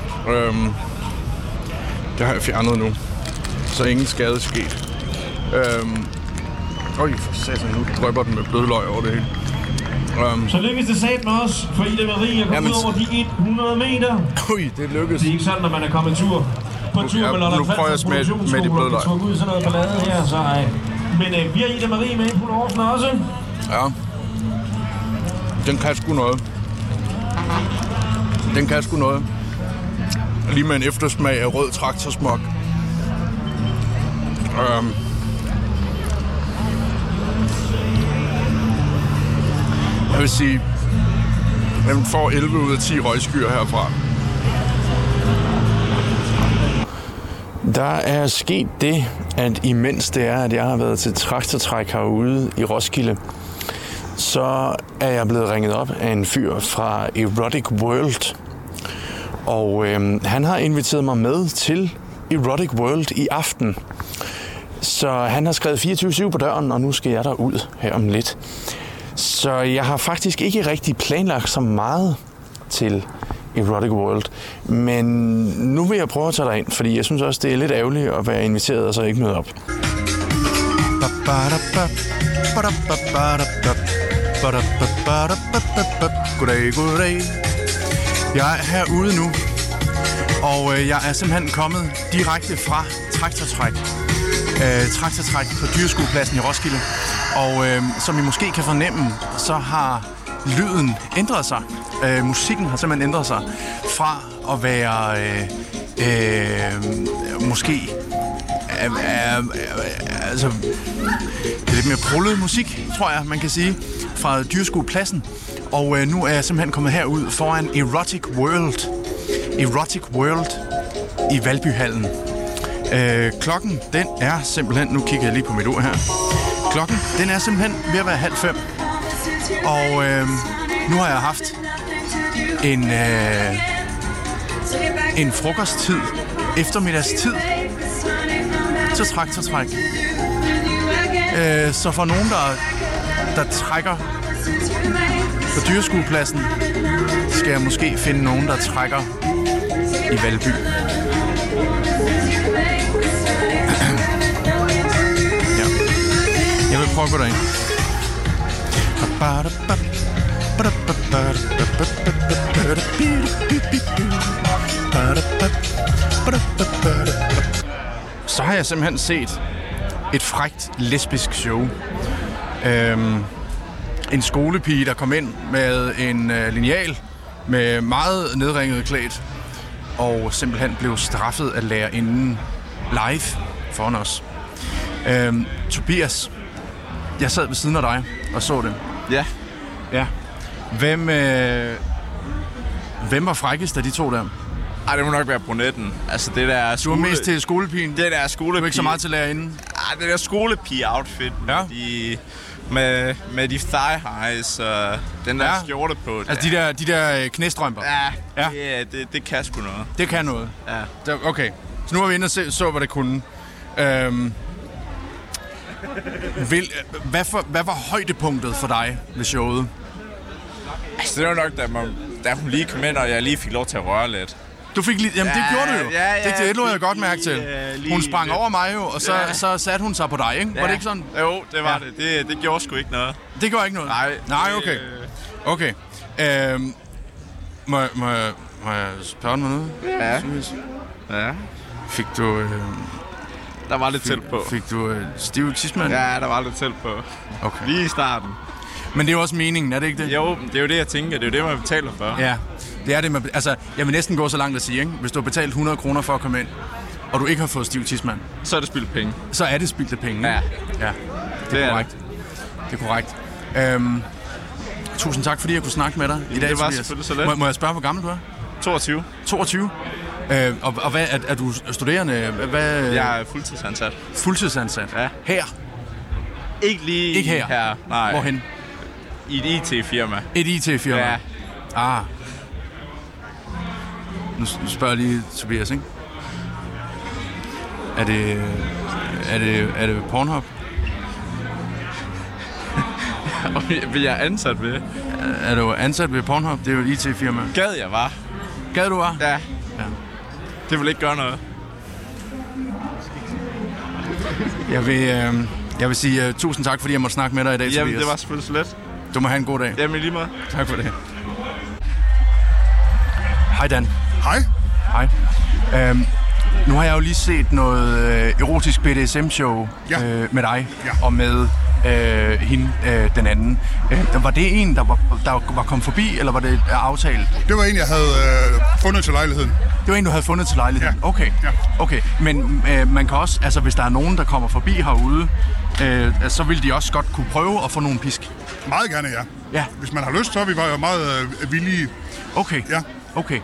Det har jeg fjernet nu, så ingen skade er sket. For satan, nu drøber den med blødløg over det hele. Så lykkedes det satme også for Ida Marie at komme ud over de 100 meter. Det lykkedes. Det er ikke sådan, når man er kommet tur på tur med Lolland Falsters produktionsskole, og det tog ud sådan noget ballade her. Så, men vi har Ida Marie med i Pol Aarhusen også. Ja. Den kan sgu noget. Lige med en eftersmag af rød traktorsmok. Jeg vil sige, at man får 11 ud af 10 røgskyer herfra. Der er sket det, at imens det er, at jeg har været til traktortræk herude i Roskilde, så er jeg blevet ringet op af en fyr fra Erotic World. Og han har inviteret mig med til Erotic World i aften. Så han har skrevet 24/7 på døren, og nu skal jeg derud her om lidt. Så jeg har faktisk ikke rigtig planlagt så meget til Erotic World. Men nu vil jeg prøve at tage dig ind, fordi jeg synes også, det er lidt ærgerligt at være inviteret og så ikke møde op. Goddag. Jeg er herude nu, og jeg er simpelthen kommet direkte fra traktortræk. Traktortræk på Dyreskuepladsen i Roskilde. Og som I måske kan fornemme, så har lyden ændret sig. Musikken har simpelthen ændret sig fra at være måske altså det er lidt mere brullet musik, tror jeg, man kan sige, fra Dyreskuepladsen. Og nu er jeg simpelthen kommet herud foran Erotic World i Valbyhallen. Klokken, den er simpelthen, nu kigger jeg lige på mit ur her. Klokken, den er simpelthen ved at være 4:30. Og nu har jeg haft en frokosttid, eftermiddagstid til traktortræk. Så for nogen, der trækker på dyreskuepladsen, skal jeg måske finde nogen, der trækker i Valby. Ja. Jeg vil prøve at gå derind. Så har jeg simpelthen set et frækt lesbisk show. En skolepige, der kom ind med en lineal med meget nedringet klædt, og simpelthen blev straffet af lærerinden live foran os. Tobias, jeg sad ved siden af dig og så det. Ja. Ja. Hvem var frækkest af de to der? Ej, det må nok være brunetten. Altså det der Du var mest til skolepigen? Det der skolepige. Du er ikke så meget til lærerinden? Ej, det der skolepige-outfit med de thigh highs og den der skjorte på. Altså de der knæstrømper? Ja. Det kan sgu noget. Det kan noget? Ja. Okay, så nu har vi inde og så, hvad det kunne. Hvad var højdepunktet for dig ved showet? Altså det var nok, da hun lige kom ind, og jeg lige fik lov til at røre lidt. Du fik lige... Jamen det gjorde du jo. Det lå jeg godt mærke til. Hun sprang over mig jo, og så satte hun sig på dig, ikke? Var det ikke sådan? Jo, det var det. Det gjorde sgu ikke noget. Det gjorde ikke noget? Nej, okay. Okay. Må jeg spørge mig noget? Ja. Fik du... Der var lidt tæt på. Fik du stiv tidsmand? Ja, der var lidt tæt på. Okay. Lige i starten. Men det er jo også meningen, er det ikke det? Jo, det er jo det, jeg tænker. Det er jo det, man betaler for. Ja, det er det. Altså, jeg vil næsten gå så langt at sige, ikke? Hvis du har betalt 100 kroner for at komme ind, og du ikke har fået stiv tidsmand, så er det spildt penge. Så er det spildt penge. Ja. Det er korrekt. Det er korrekt. Tusind tak, fordi jeg kunne snakke med dig i dag, det var Tobias. selvfølgelig så let. Må jeg spørge, hvor gammel du er? 22. 22? Og hvad, er du studerende? Jeg er fuldtidsansat. Fuldtidsansat? Ja. Her? Ikke lige ikke her? Nej. Hvorhen? I et IT-firma. Et IT-firma? Ja. Nu spørger jeg lige Tobias, ikke? Er det Pornhub? Vil jeg ansat ved? Er du ansat ved Pornhub? Det er jo et IT-firma. Gad jeg var. Gad du var? Ja. Det vil ikke gøre noget. Jeg vil sige tusind tak, fordi jeg måtte snakke med dig i dag, Tobias. Jamen, det var selvfølgelig så let. Du må have en god dag. Jamen, lige meget. Tak for det. Hej, Dan. Hej. Hej. Nu har jeg jo lige set noget erotisk BDSM-show med dig og med hende, den anden. Var det en, der var kommet forbi, eller var det aftalt? Det var en, jeg havde fundet til lejligheden. Det var en, du havde fundet til lejligheden? Ja. Okay. Men man kan også, altså hvis der er nogen, der kommer forbi herude, så vil de også godt kunne prøve at få nogle pisk? Meget gerne, ja. Hvis man har lyst, så er vi jo meget villige. Okay. Ja. Okay.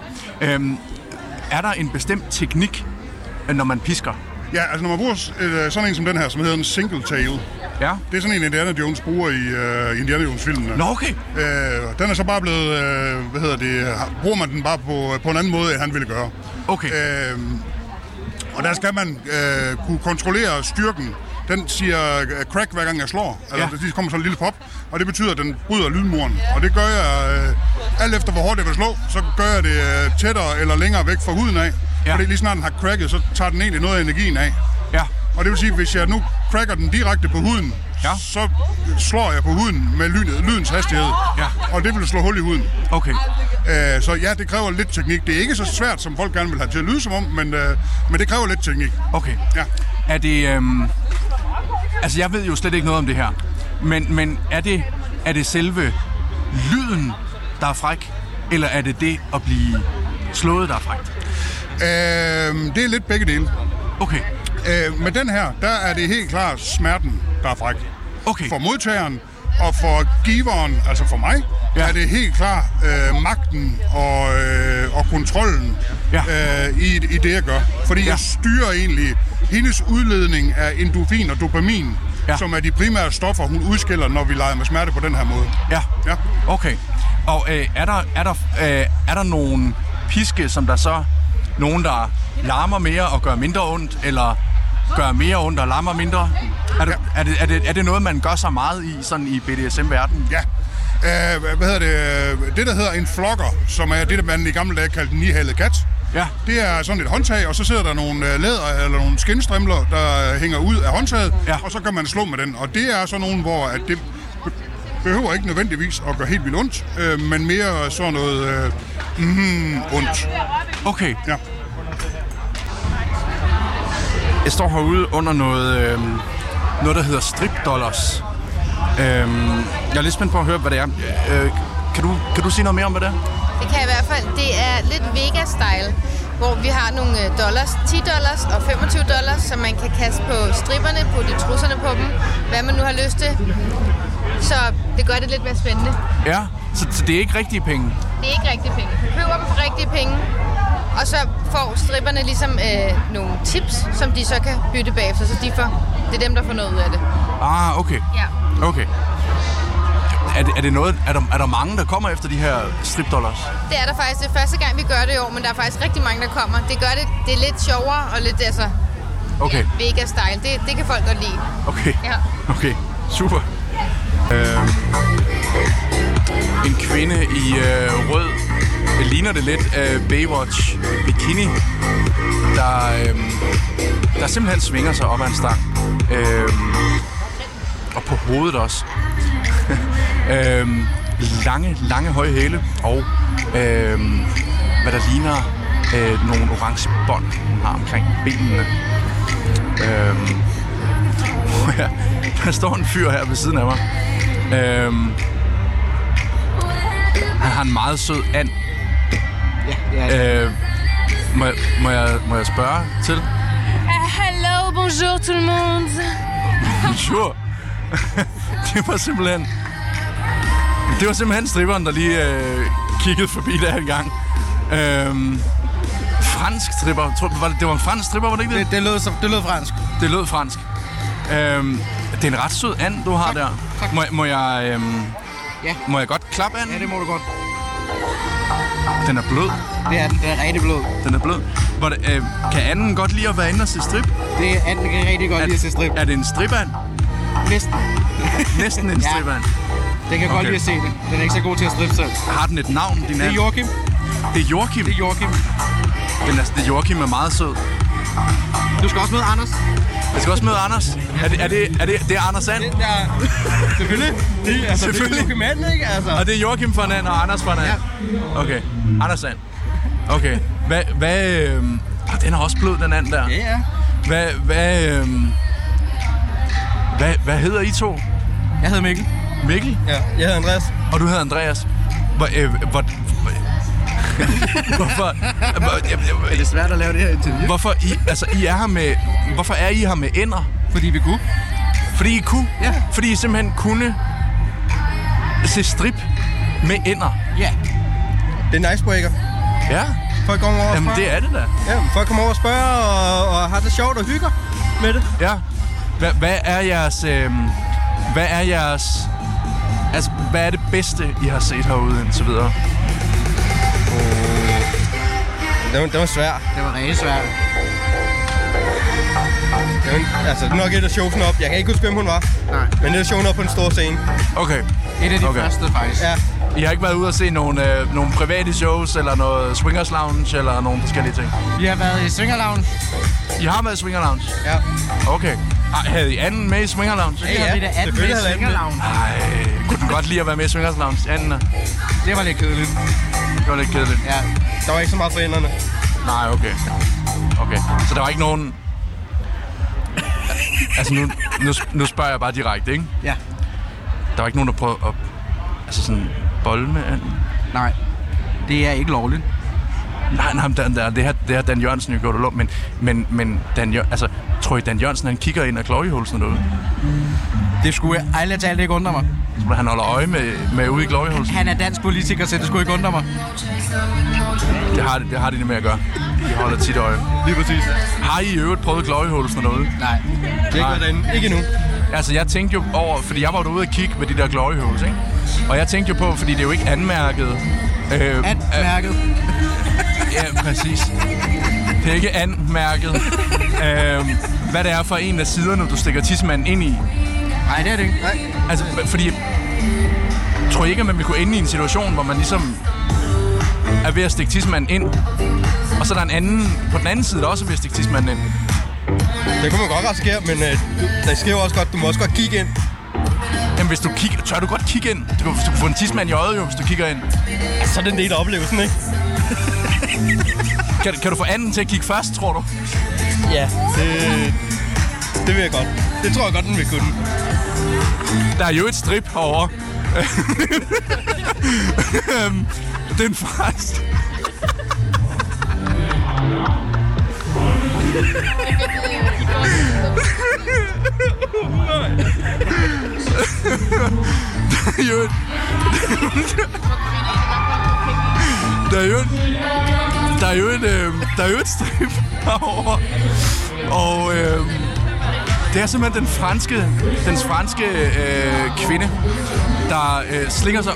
Er der en bestemt teknik, når man pisker? Ja, altså når man bruger sådan en som den her, som hedder en single tail. Ja. Det er sådan en, Indiana Jones bruger i Indiana Jones-filmene. Nå, okay. Den er så bare blevet, bruger man den bare på en anden måde, end han ville gøre. Okay. Og der skal man kunne kontrollere styrken. Den siger crack, hver gang jeg slår. Altså, der kommer sådan en lille pop, og det betyder, at den bryder lydmuren. Og det gør jeg, alt efter hvor hårdt jeg vil slå, så gør jeg det tættere eller længere væk fra huden af. Ja. Fordi lige snart den har cracket, så tager den egentlig noget af energien af. Ja. Og det vil sige, at hvis jeg nu cracker den direkte på huden, så slår jeg på huden med lydens hastighed. Ja. Og det vil slå hul i huden. Okay. Så ja, det kræver lidt teknik. Det er ikke så svært, som folk gerne vil have til at lyde som om, men det kræver lidt teknik. Okay. Ja. Er det... Altså, jeg ved jo slet ikke noget om det her. Men er det selve lyden, der er fræk? Eller er det det at blive slået, der er frækt? Det er lidt begge dele. Okay. Med den her, der er det helt klart smerten, der er fræk. Okay. For modtageren og for giveren, altså for mig, er det helt klart magten og kontrollen i det, jeg gør. Fordi jeg styrer egentlig hendes udledning af endorfin og dopamin, som er de primære stoffer, hun udskiller, når vi leger med smerte på den her måde. Ja. Okay. Og er der nogle piske, som der så nogen, der larmer mere og gør mindre ondt, eller gør mere ondt og larmer mindre? Er det noget, man gør så meget i, sådan i BDSM-verdenen? Ja. Det, der hedder en flogger, som er det, der man i gamle dage kaldte en nihalet kat. Ja. Det er sådan et håndtag, og så sidder der nogle læder eller nogle skinstrimler, der hænger ud af håndtaget, og så kan man slå med den. Og det er så nogle, hvor at det behøver ikke nødvendigvis at gøre helt vildt ondt, men mere sådan noget ondt. Okay. Ja. Jeg står herude under noget, der hedder strip-dollars. Jeg er lidt spændt på at høre, hvad det er. Kan du sige noget mere om, hvad det er? Det kan jeg i hvert fald. Det er lidt Vega-style, hvor vi har nogle dollars, $10 og $25, som man kan kaste på stripperne, på de trusserne på dem, hvad man nu har lyst til. Så det gør det lidt mere spændende. Ja, så det er ikke rigtige penge? Det er ikke rigtige penge. Vi køber dem for rigtige penge, og så får stripperne ligesom nogle tips, som de så kan bytte bagefter, så det er dem, der får noget ud af det. Ah, okay. Ja. Okay. Er der mange, der kommer efter de her strip-dollars? Det er der faktisk. Det er første gang, vi gør det i år, men der er faktisk rigtig mange, der kommer. Det er lidt sjovere og lidt okay. Vega-style. Det kan folk godt lide. Okay. Ja. Okay, super. En kvinde i rød, det ligner det lidt Baywatch bikini, der simpelthen svinger sig op ad en stang. Og på hovedet også. Lange høje hæle og hvad der ligner nogle orange bånd, hun har omkring benene. Der står en fyr her ved siden af mig. Han har en meget sød and. Ja. Må jeg spørge til? Hello, bonjour tout le monde. Bonjour. Det var simpelthen stripperen, der lige kiggede forbi der en gang. Fransk stripper. Det var en fransk stripper, var det ikke det? Det lød fransk. Det lød fransk. Det er en ret sød and, du har der. Må jeg godt klappe anden? Ja, det må du godt. Den er blød. Det er den. Den er rigtig blød. Den er blød. Kan anden godt lide at være inde og se strip? Anden kan rigtig godt lide at se strip. Er det en strip-and? Næsten. Næsten en strip-and? Den kan godt lide at se det. Den er ikke så god til at strippe selv. Har den et navn, din and? Det er Joachim. Det er Joachim? Det er Joachim. Men altså, det Joachim er meget sød. Du skal også møde Anders. Jeg skal også møde Anders. Det er Anders And? Selvfølgelig. Selvfølgelig. Det er Joachim And, ikke? Altså. Og det er Joachim for en and, og Anders for en and? Ja. Okay. Anders And. Okay. Den er også blød, den and der. Ja. Hvad hedder I to? Jeg hedder Mikkel. Mikkel? Ja, jeg hedder Andreas. Og du hedder Andreas. Hvorfor? Er det svært at lave det her interview? Hvorfor er I her med ender? Fordi vi kunne. Fordi I kunne? Ja. Fordi I simpelthen kunne se strip med ender? Ja. Det er en icebreaker. Ja. Folk kommer over og spørger. Jamen, det er det da. Ja, folk kommer over og spørger og har det sjovt og hygger med det. Ja. Hvad er det bedste, I har set herude indtil videre? Det var svært. Det var rigtig svært. Altså, nu har jeg givet showsen op. Jeg kan ikke huske, hvem hun var. Nej. Men det er showen op på den store scene. Okay. Et af de første, faktisk. Ja. I har ikke været ude at se nogle private shows, eller noget swingers lounge, eller nogle forskellige ting? Vi har været i swinger lounge. I har været i swinger lounge? Ja. Okay. Havde I anden med i swinger lounge? Ja. Vi da anden med i swinger lounge. Ej, kunne den godt lide at være med i swingers lounge? Anden? Det var lidt kedeligt. Det var lidt kedeligt? Ja. Der var ikke så meget for enderne. Nej, okay. Okay. Så der var ikke nogen... Altså, nu spørger jeg bare direkte, ikke? Ja. Der var ikke nogen, der prøvede at... Altså sådan... bolle med anden? Nej. Det er ikke lovligt. Nej, det har Dan Jørgensen jo gjort lov, men tror I, Dan Jørgensen, han kigger ind af gloryholsen derude? Det skulle jeg ærligt talt ikke undre mig. Han holder øje med ude i gloryholsen? Han er dansk politiker, så det skulle ikke undre mig. Det har de med at gøre. De holder tit øje. Lige præcis. Har I i øvrigt prøvet gloryholsen derude? Nej, det er ikke derinde. Ikke endnu. Altså, jeg tænkte jo over, fordi jeg var derude og kigge med de der gloryholes, ikke? Og jeg tænkte jo på, fordi det er jo ikke anmærket. Anmærket? Ja, præcis. Det er ikke an-mærket. Hvad det er for en af siderne, du stikker tissemanden ind i. Nej, det er det ikke. Nej. Altså, fordi... Tror I ikke, at man vil kunne ende i en situation, hvor man ligesom er ved at stikke tissemanden ind, og så er der en anden på den anden side, der også er ved at stikke tissemanden ind? Det kunne man godt risikere, men det sker jo også godt. Du må også godt kigge ind. Jamen, hvis du kigger... Tør du godt kigge ind? Du kan få en tissemand i øjet, jo, hvis du kigger ind. Så er det en del af oplevelsen, ikke? Kan du få anden til at kigge først, tror du? Ja, det vil jeg godt. Det tror jeg godt, den vil kunne. Der er jo et strip herovre. Det er en fransk. Der er jo et strip herovre. Og det er simpelthen den franske kvinde, der slinger sig.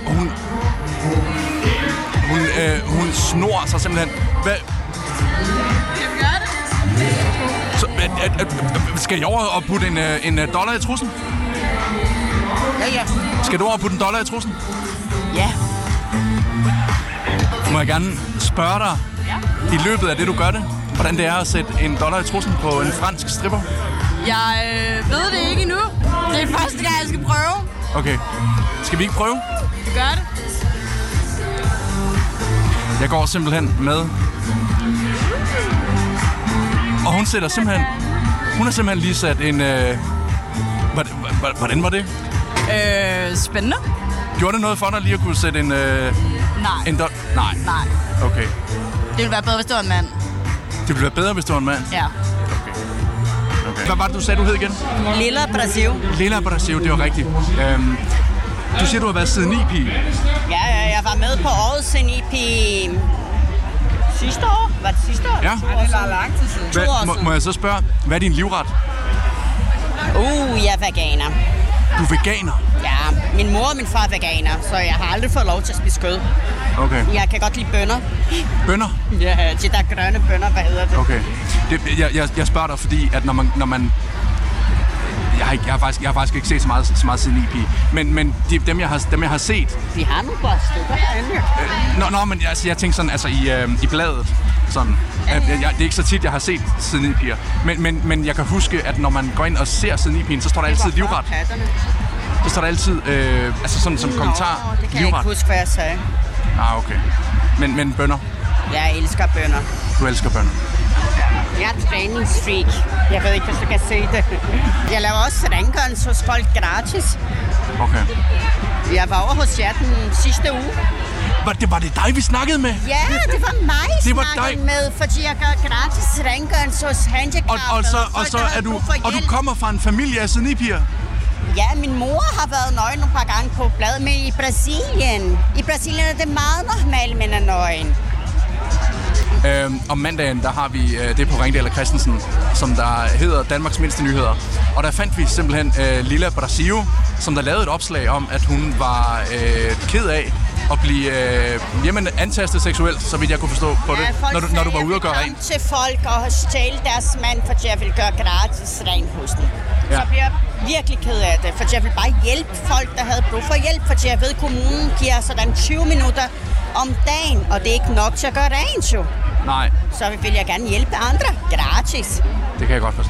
Hun snor sig simpelthen. Hvad? Så, skal jeg over og putte en dollar i trussen? Ja. Skal du over og putte en dollar i trussen? Ja. Må jeg gerne spørge dig, i løbet af det, du gør det, hvordan det er at sætte en dollar i trussen på en fransk stripper? Jeg ved det ikke endnu. Det er første gang, jeg skal prøve. Okay. Skal vi ikke prøve? Vi gør det. Jeg går simpelthen med. Og hun har simpelthen lige sat en... Hvordan var det? Spændende. Gjorde det noget for dig lige at kunne sætte en... Nej. Nej. Okay. Det ville være bedre, hvis det var en mand. Det ville være bedre, hvis det var en mand? Ja. Okay. Hvad var det, du sagde, du hed igen? Lilla Brasil. Lilla Brasil, det var rigtigt. Du siger, du har været siden pige. Ja, jeg var med på årets pige sidste år. Var det sidste år? Ja. Det var lang tid siden. 2 år siden. Må jeg så spørge, hvad er din livret? Jeg er veganer. Du er veganer? Ja, min mor og min far er veganer, så jeg har aldrig fået lov til at spise kød. Okay. Jeg kan godt lide bønner. Bønner? Ja, de der grønne bønner, hvad hedder det? Okay. Jeg spørger dig, fordi at når man jeg har faktisk ikke set så meget siden IP. Men dem jeg har set. Vi har nogle godt stykker herinde. Men altså, jeg tænker sådan altså i bladet sådan. At, det er ikke så tit jeg har set siden IP'er. Men jeg kan huske at når man går ind og ser siden IP'en, så står der altid livret. Så står der altid altså sådan som kommentar. Det kan livret. Jeg ikke huske hvad jeg sagde. Okay. Men bønner. Jeg elsker bønner. Du elsker bønner. Jeg er træningsfreak. Jeg ved ikke, hvis du kan se det. Jeg laver også rengøring hos folk gratis. Okay. Jeg var over hos jer den sidste uge. Var det dig, vi snakkede med? Ja, det var mig, det var snakkede med, fordi jeg gør gratis rengøring hos handicappede. Og du kommer fra en familie af senipiger? Ja, min mor har været nøgen nogle par gange på bladet, men i Brasilien. I Brasilien er det meget normalt, men er nøgen. Om mandagen, der har vi det på Ringdal og Christensen, som der hedder Danmarks mindste nyheder. Og der fandt vi simpelthen Lilla Brasil, som der lavede et opslag om, at hun var ked af at blive antastet seksuelt, så vidt jeg kunne forstå på det, når du var ude og gøre rent. Til folk og stjæle deres mand, fordi jeg vil gøre gratis rent hos dem. Ja. Så bliver jeg virkelig ked af det, for jeg vil bare hjælpe folk, der havde brug for hjælp, fordi jeg ved, at kommunen giver sådan 20 minutter om dagen, og det er ikke nok til at gøre rent, jo. Nej. Så vil jeg gerne hjælpe andre gratis. Det kan jeg godt forstå.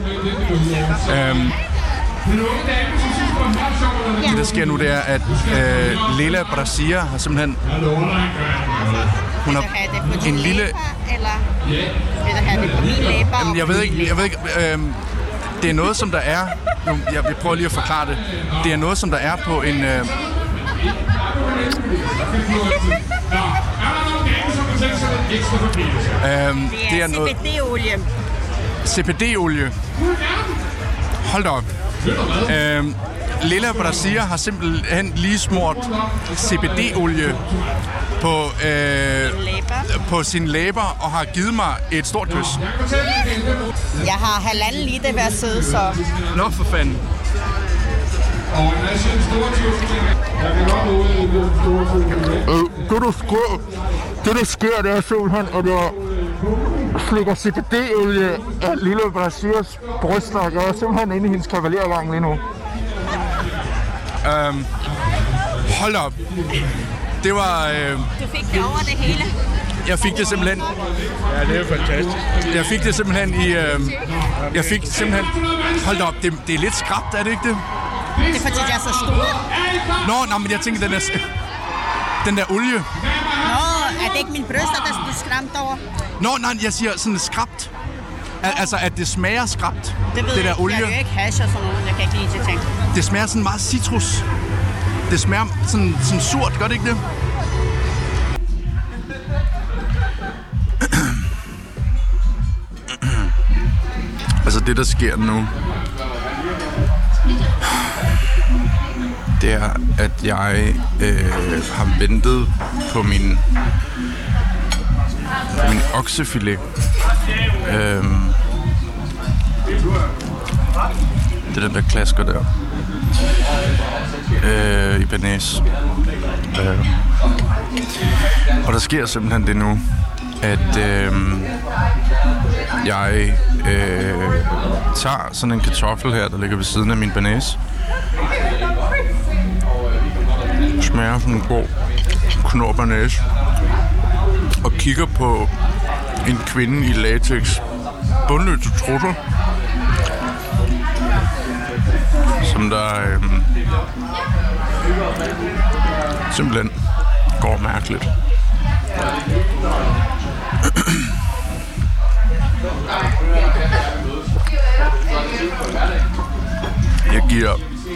Det der sker nu, det er, at Lilla Brasil har simpelthen... Hun har en lille... Eller vil du have det på min læber? Jamen, jeg ved ikke det er noget, som der er... Jeg vil prøve lige at forklare det. Det er noget, som der er på en... det er noget... CBD-olie. CBD-olie. Hold da op. Lilla Brasil har simpelthen lige smurt CBD-olie på sin læber og har givet mig et stort kys. Jeg har 1,5 liter hver side, så... Nå, for fanden. Det, der sker, det er simpelthen, at jeg slikker CBD-olie af lille Brasiers bryster. Jeg er simpelthen inde i hendes kavalergang lige nu. Hold op. Det var... Du fik det over det hele. Jeg fik det simpelthen... Ja, det er fantastisk. Jeg fik det simpelthen i... Jeg fik simpelthen... Hold op, det er lidt skrabt, er det ikke det? Det er fordi, det er så store. Nå, men jeg tænker, den der olie... Nå, er det ikke mine bryster, der er skræmt over? Nå, nej, jeg siger sådan skrabt. Altså, at det smager skrabt. Det ved det der jeg olie. Jeg er jo ikke hash og sådan noget, jeg kan ikke lide til ting. Det smager sådan meget citrus. Det smager sådan surt, gør det ikke det? Altså, det der sker nu, det er, at jeg har ventet på min oksefilet. Det er den der klasker der. I bearnaise. Og der sker simpelthen det nu, at jeg tager sådan en kartoffel her, der ligger ved siden af min bearnaise. Smager sådan en god knor bearnaise. Og kigger på en kvinde i latex, bundløse trusser, som der simpelthen går mærkeligt. Jeg giver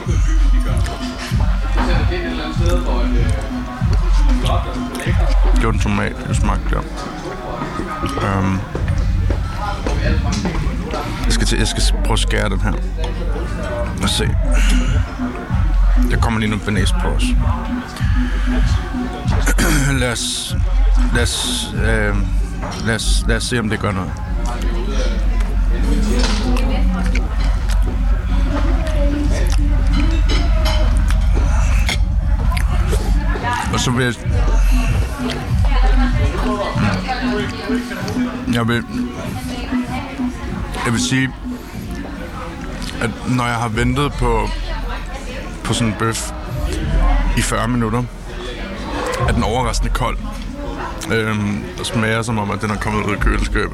det var en tomat, jeg smagte der. Jeg skal prøve at skære den her. Lad os se. Der kommer lige nogle bearnaise på os. Lad os se, om det gør noget. Og så vil jeg vil sige, at når jeg har ventet på sådan en bøf i 40 minutter, er den overraskende kold. Og smager som om, at den er kommet ud af køleskabet.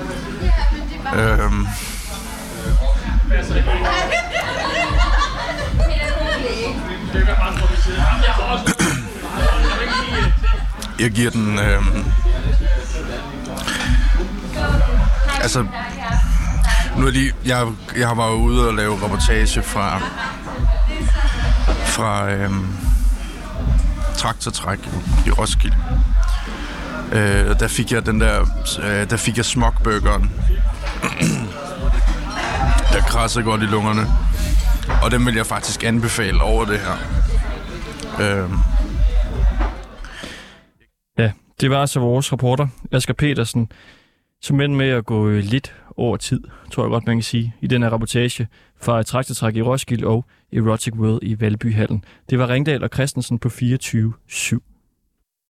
Jeg giver den... altså... Nu er jeg var jo ude og lave reportage fra traktortræk i Roskilde. Der fik jeg der fik jeg smokburgeren. Der kradsede godt i lungerne. Og den vil jeg faktisk anbefale over det her. Ja, det var altså vores reporter, Asger Petersen, som endte med at gå lidt over tid, tror jeg godt, man kan sige, i den her reportage fra Traktortræk i Roskilde og Erotic World i Valbyhallen. Det var Ringdal og Christensen på 24/7.